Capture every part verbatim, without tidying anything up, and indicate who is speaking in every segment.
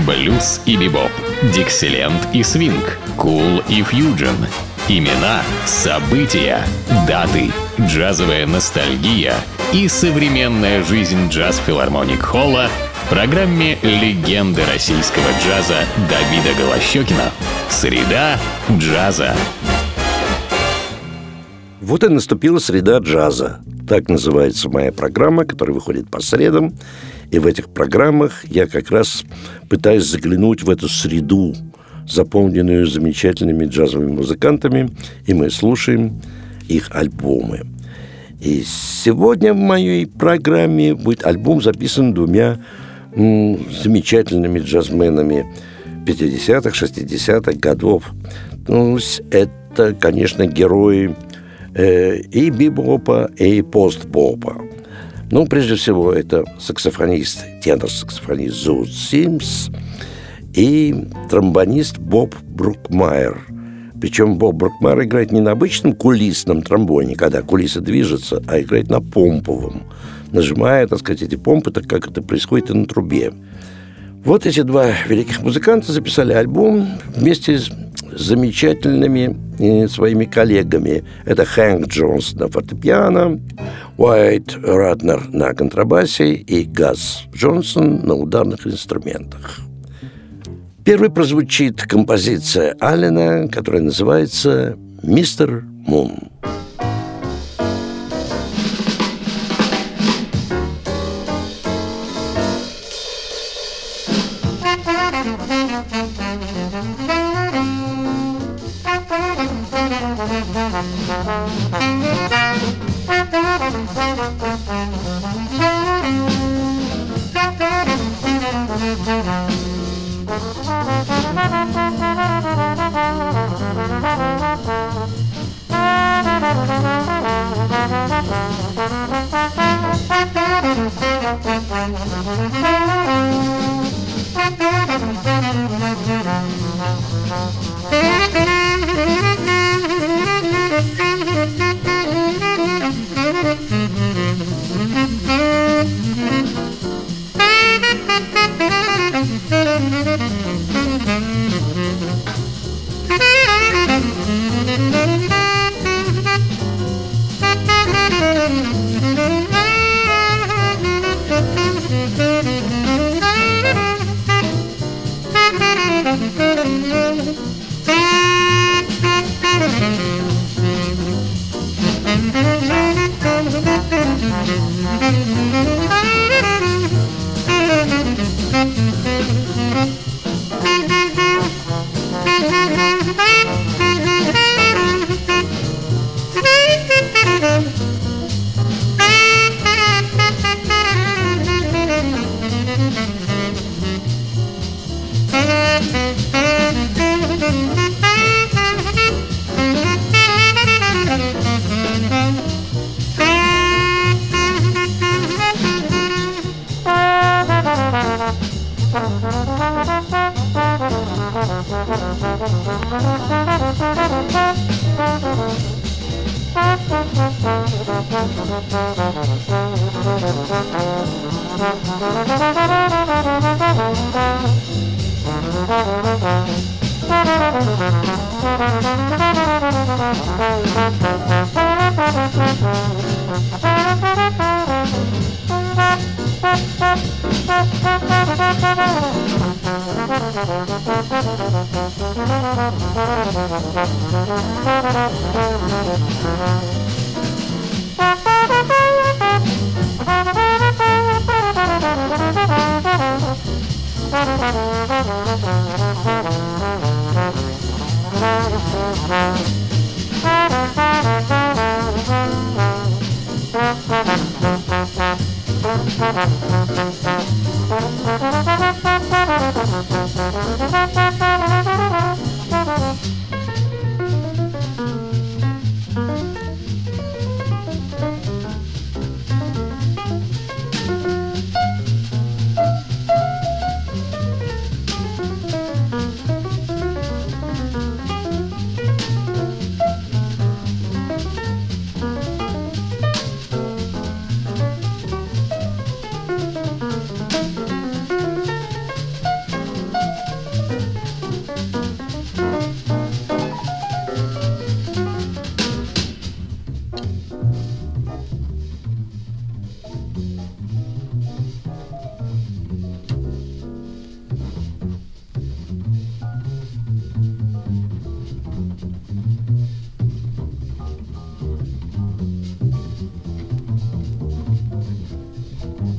Speaker 1: Блюз и бибоп, диксиленд и свинг, кул и фьюджен. Имена, события, даты, джазовая ностальгия и современная жизнь джаз-филармоник Холла в программе «Легенды российского джаза» Давида Голощёкина. Среда джаза.
Speaker 2: Вот и наступила среда джаза. Так называется моя программа, которая выходит по средам. И в этих программах я как раз пытаюсь заглянуть в эту среду, заполненную замечательными джазовыми музыкантами, и мы слушаем их альбомы. И сегодня в моей программе будет альбом, записан двумя м, замечательными джазменами пятидесятых, шестидесятых годов. Ну, это, конечно, герои э, и бибопа, и постбопа. Ну, прежде всего, это саксофонист, тенор-саксофонист Зоут Симс и тромбонист Боб Брукмайер. Причем Боб Брукмайер играет не на обычном кулисном тромбоне, когда кулисы движутся, а играет на помповом, нажимая, так сказать, эти помпы, так как это происходит и на трубе. Вот эти два великих музыканта записали альбом вместе с замечательными э, своими коллегами. Это Хэнк Джонс на фортепиано, Уайт Ратнер на контрабасе и Газ Джонсон на ударных инструментах. Первой прозвучит композиция Аллена, которая называется «Мистер Мун».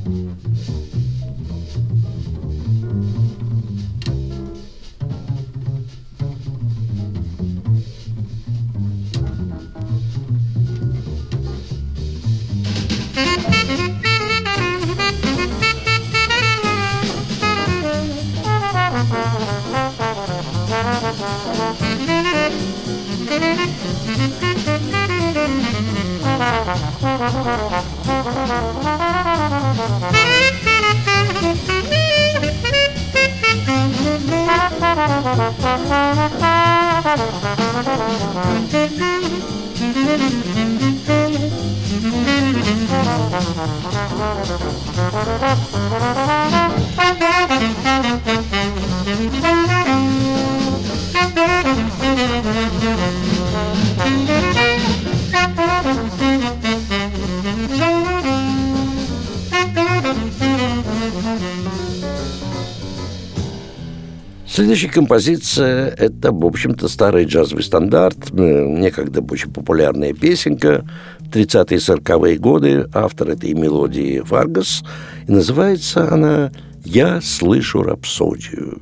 Speaker 2: Следующая композиция – это, в общем-то, старый джазовый стандарт, некогда очень популярная песенка, тридцатые и сороковые годы, автор этой мелодии Варгас, и называется она «Я слышу рапсодию».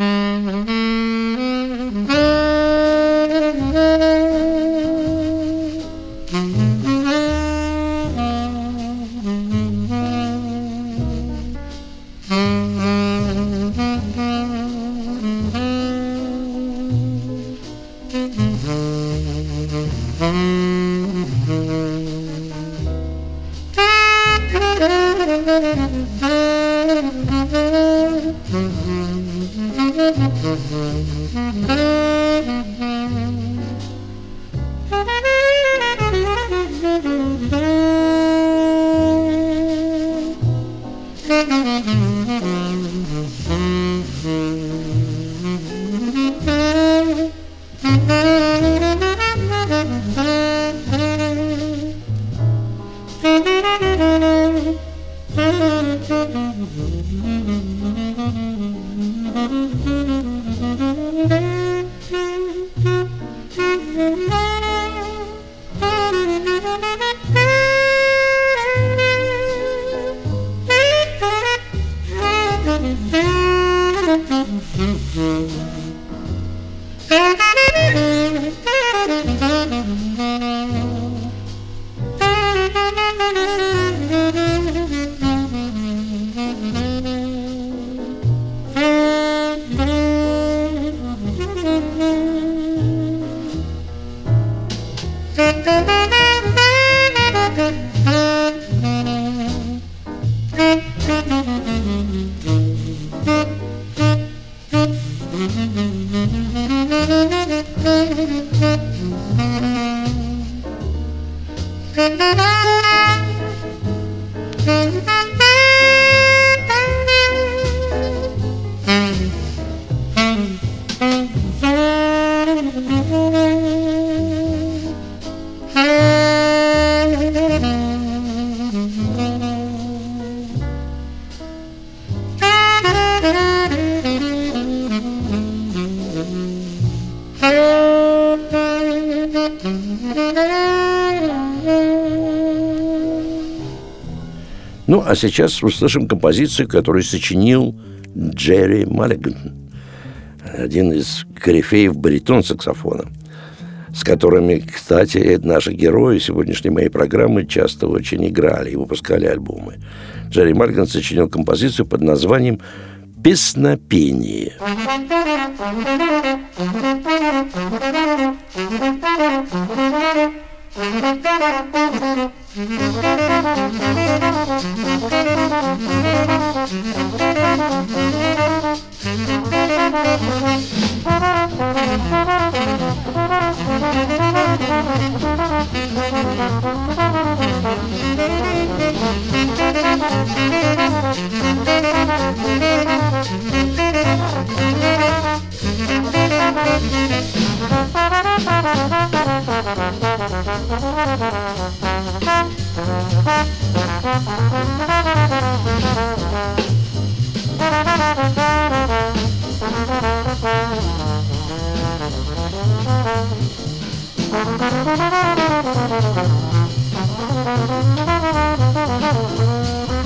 Speaker 2: Ну, а сейчас услышим композицию, которую сочинил Джерри Маллиган, один из корифеев баритон-саксофона, с которыми, кстати, наши герои сегодняшней моей программы часто очень играли и выпускали альбомы. Джерри Маллиган сочинил композицию под названием «Песнопение».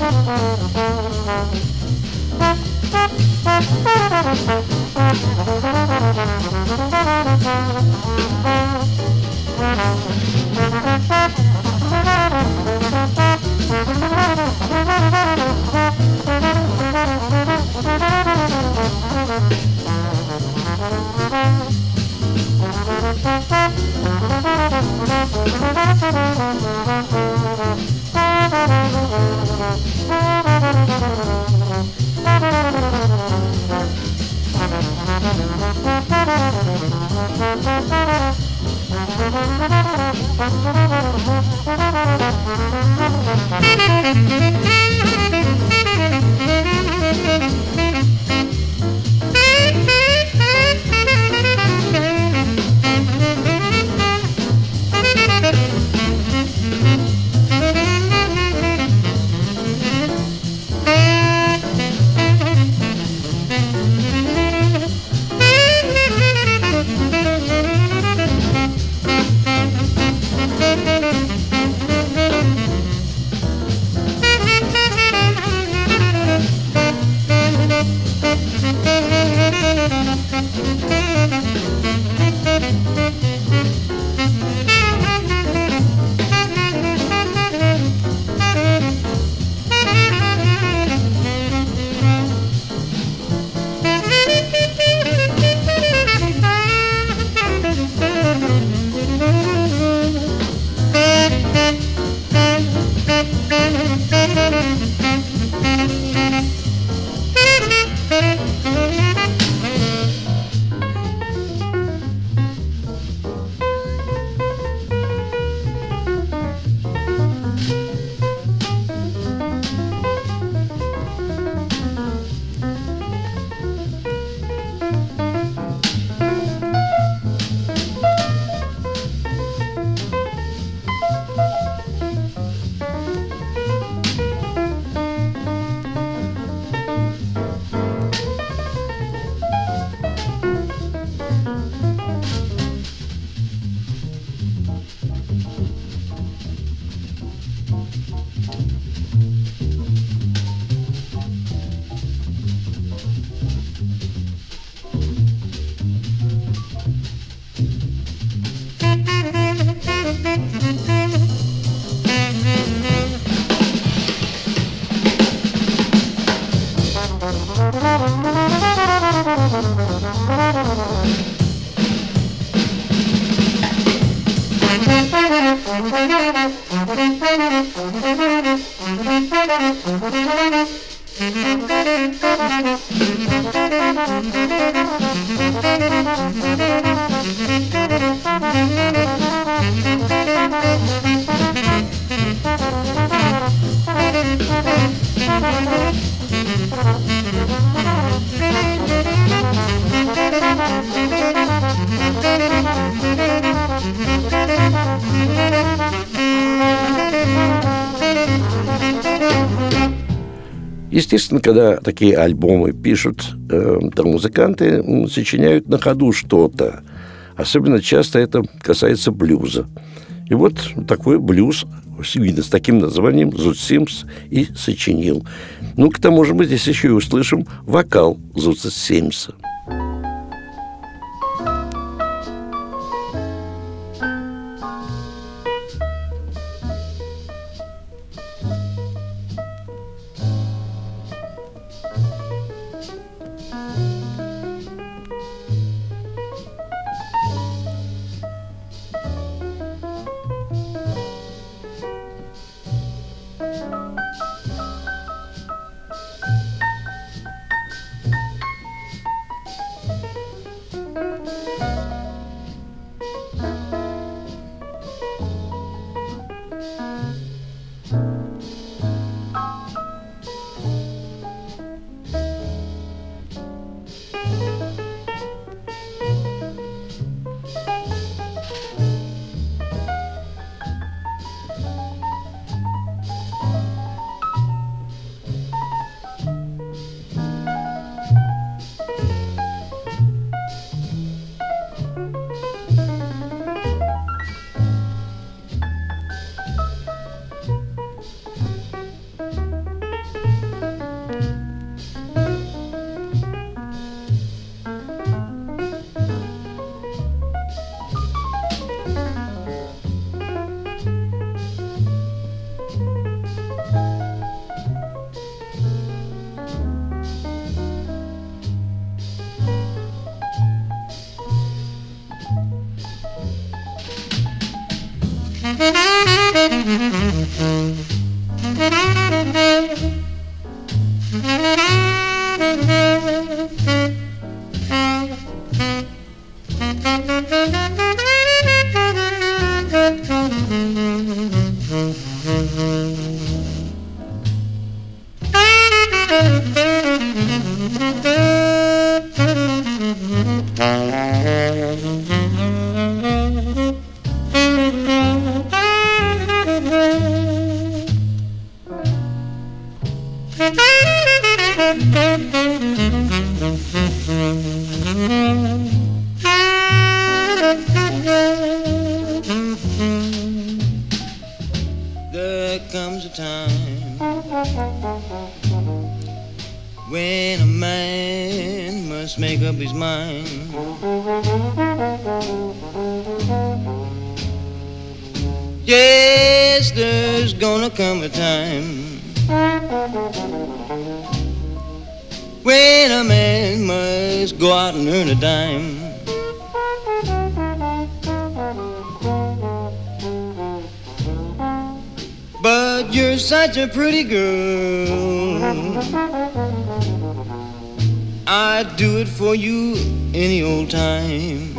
Speaker 2: Естественно, когда такие альбомы пишут, э, то музыканты сочиняют на ходу что-то. Особенно часто это касается блюза. И вот такой блюз с таким названием Зуд Симс и сочинил. Ну, к тому же мы здесь еще и услышим вокал Зуда Симса.
Speaker 3: There comes a time when a man must make up his mind. Yes, there's gonna come a time when a man must go out and earn a dime. But you're such a pretty girl, I'd do it for you any old time.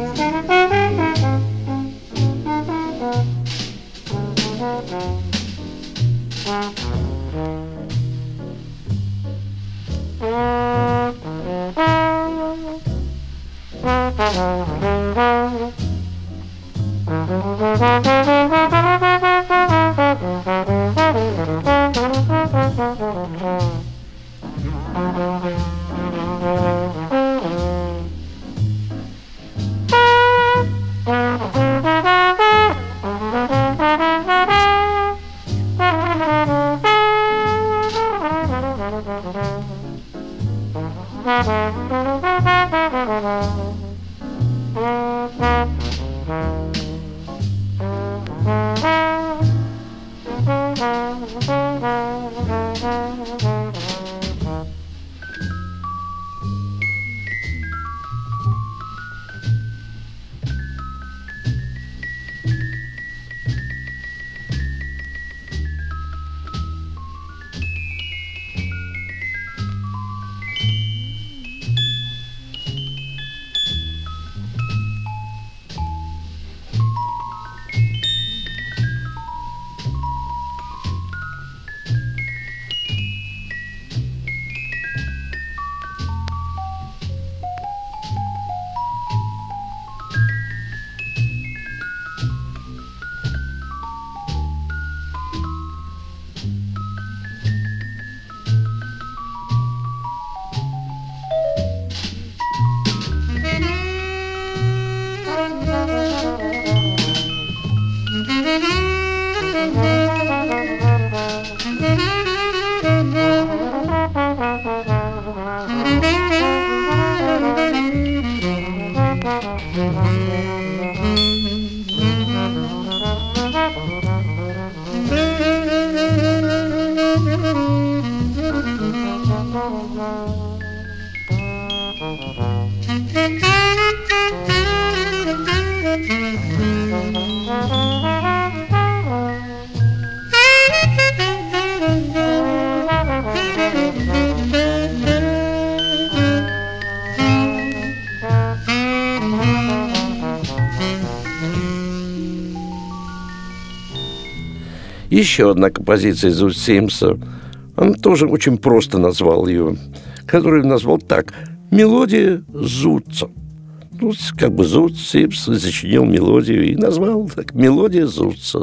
Speaker 2: Еще одна композиция из Симса, он тоже очень просто назвал ее, которую назвал так: «Мелодия Зудца». Ну, как бы Зудц, Симс сочинил мелодию и назвал так: «Мелодия Зудца».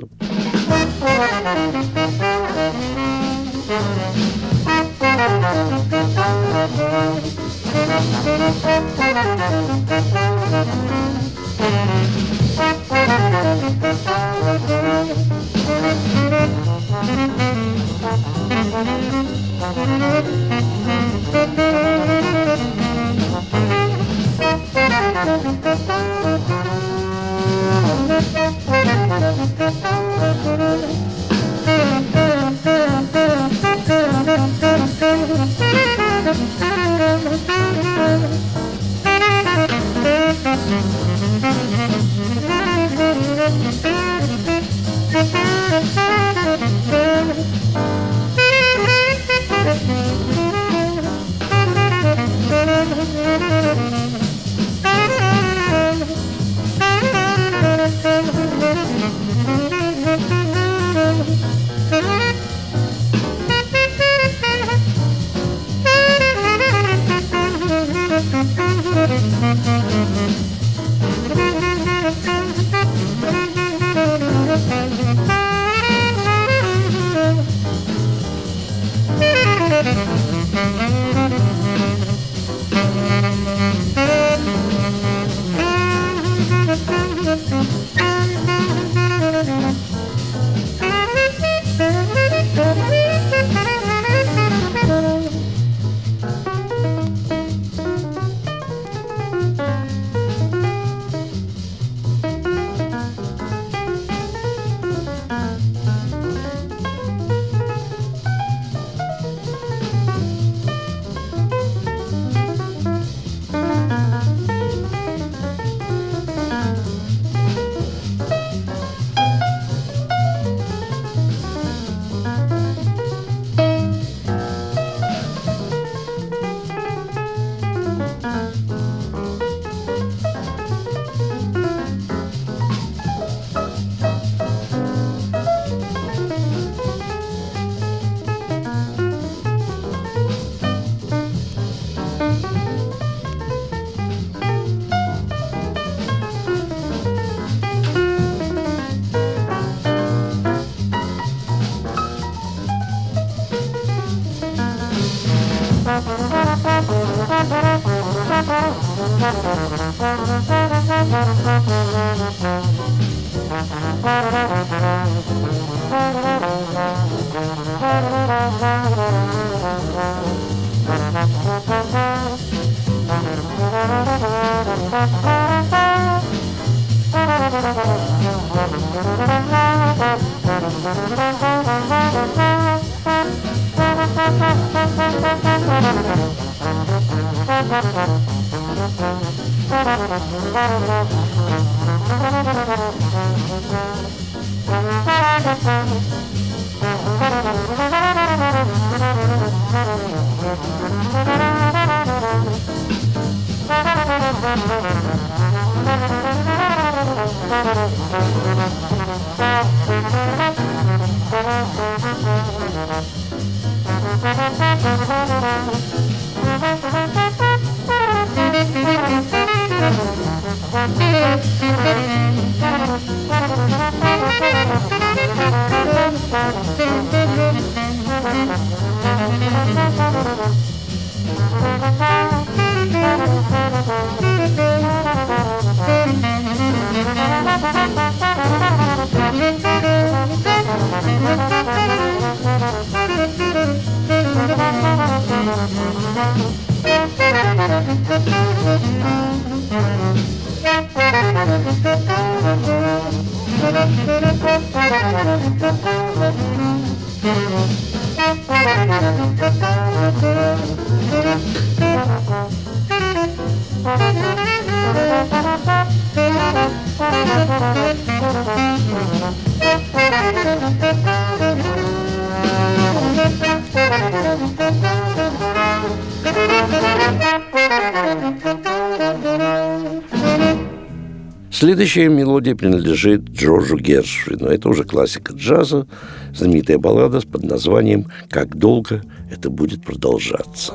Speaker 2: Следующая мелодия принадлежит Джорджу Гершвину. Это уже классика джаза, знаменитая баллада под названием «Как долго это будет продолжаться».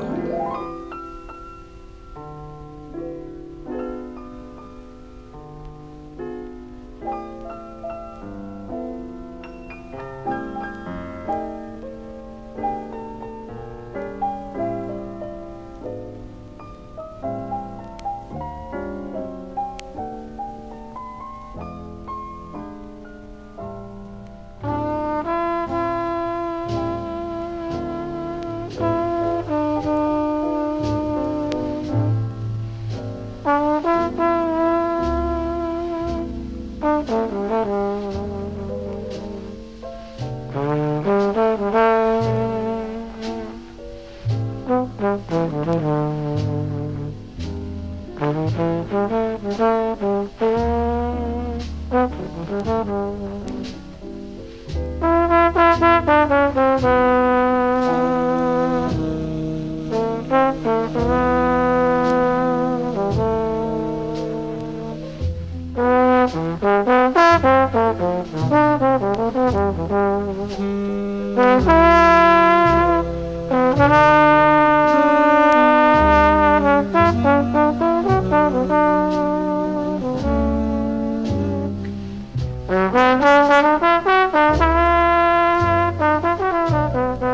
Speaker 4: Thank you.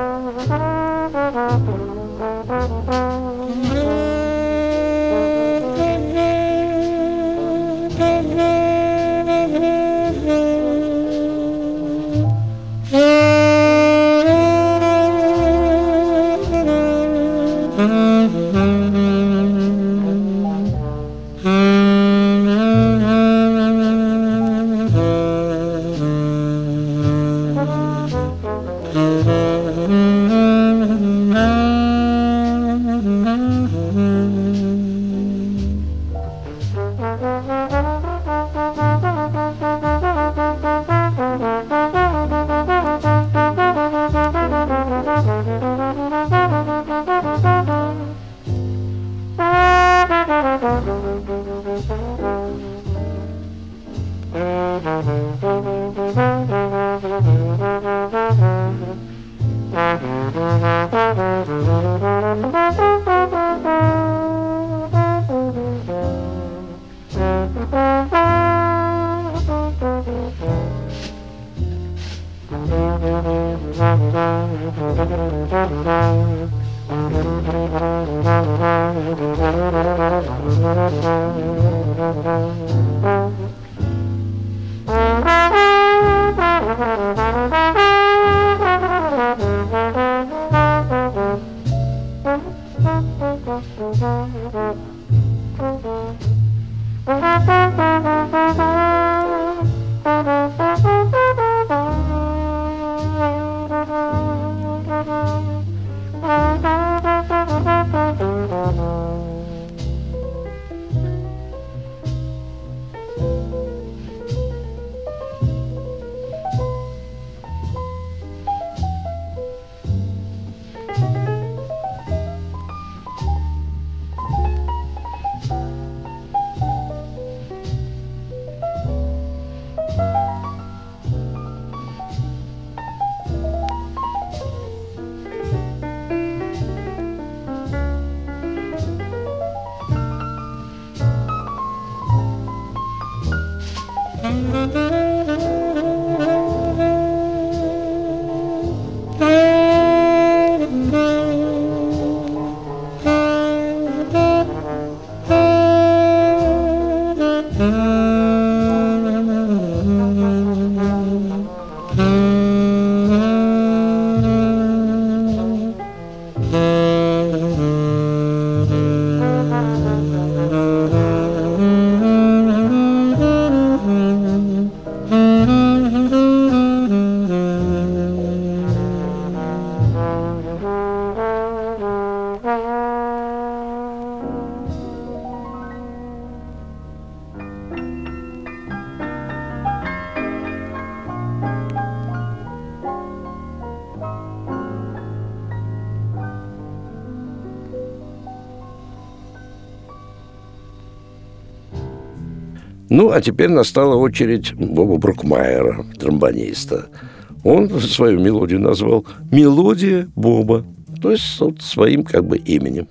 Speaker 2: Ну, а теперь настала очередь Боба Брукмайера, тромбониста. Он свою мелодию назвал «Мелодия Боба», то есть вот своим как бы именем.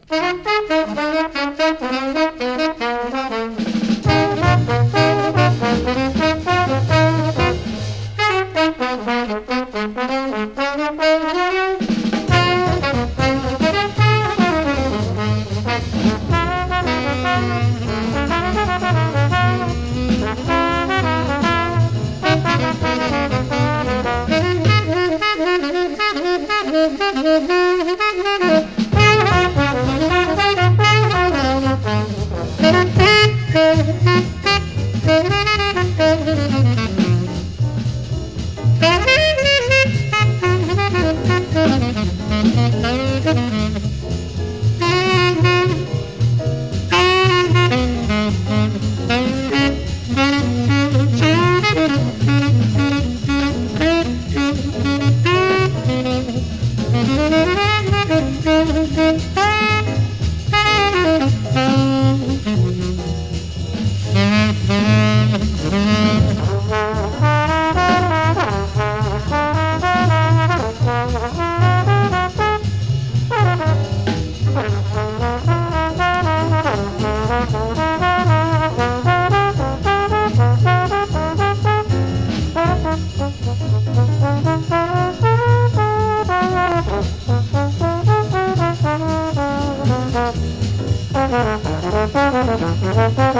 Speaker 4: Thank you.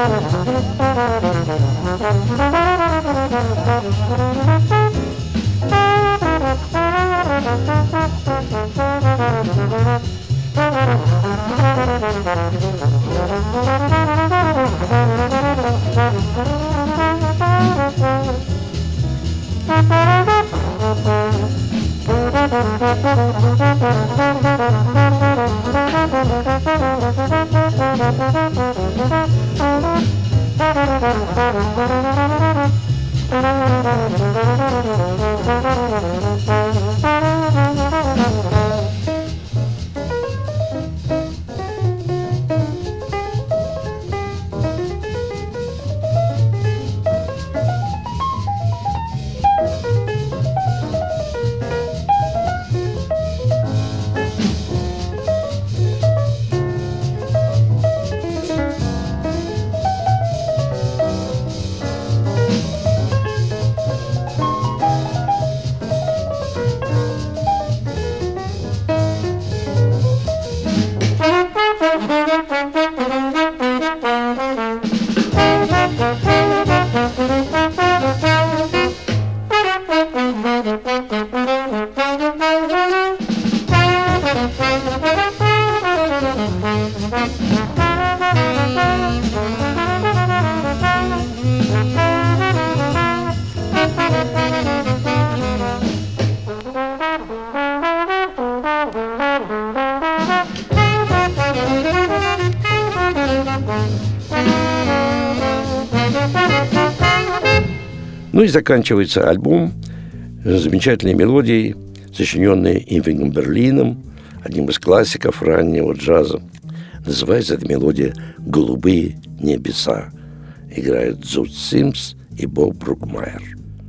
Speaker 2: Ну и заканчивается альбом замечательной мелодией, сочиненной Ирвингом Берлином, одним из классиков раннего джаза. Называется эта мелодия «Голубые небеса». Играют Зуд Симс и Боб Брукмайер.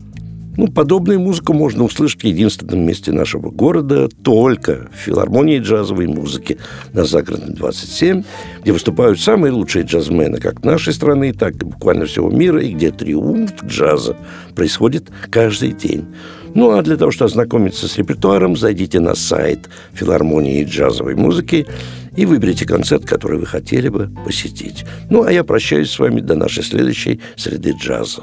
Speaker 2: Ну, подобную музыку можно услышать в единственном месте нашего города, только в филармонии джазовой музыки на Загородной двадцать семь, где выступают самые лучшие джазмены как нашей страны, так и буквально всего мира, и где триумф джаза происходит каждый день. Ну, а для того, чтобы ознакомиться с репертуаром, зайдите на сайт филармонии джазовой музыки и выберите концерт, который вы хотели бы посетить. Ну, а я прощаюсь с вами до нашей следующей среды джаза.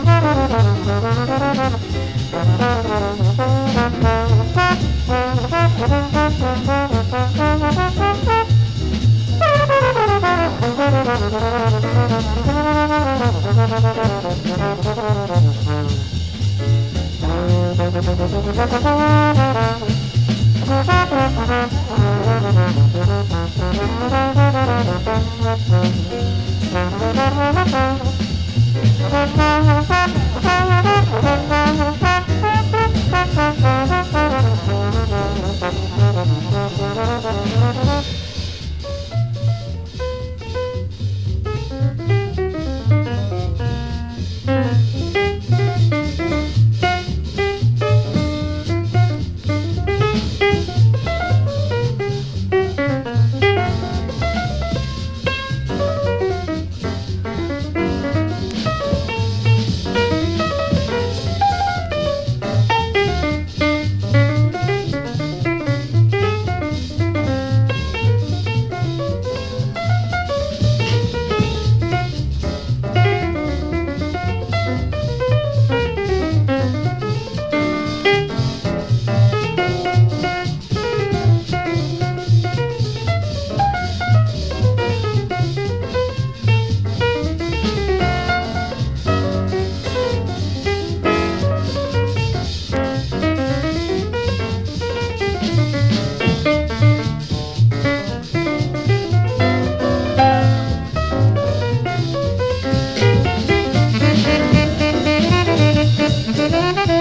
Speaker 4: Thank you. Thank you.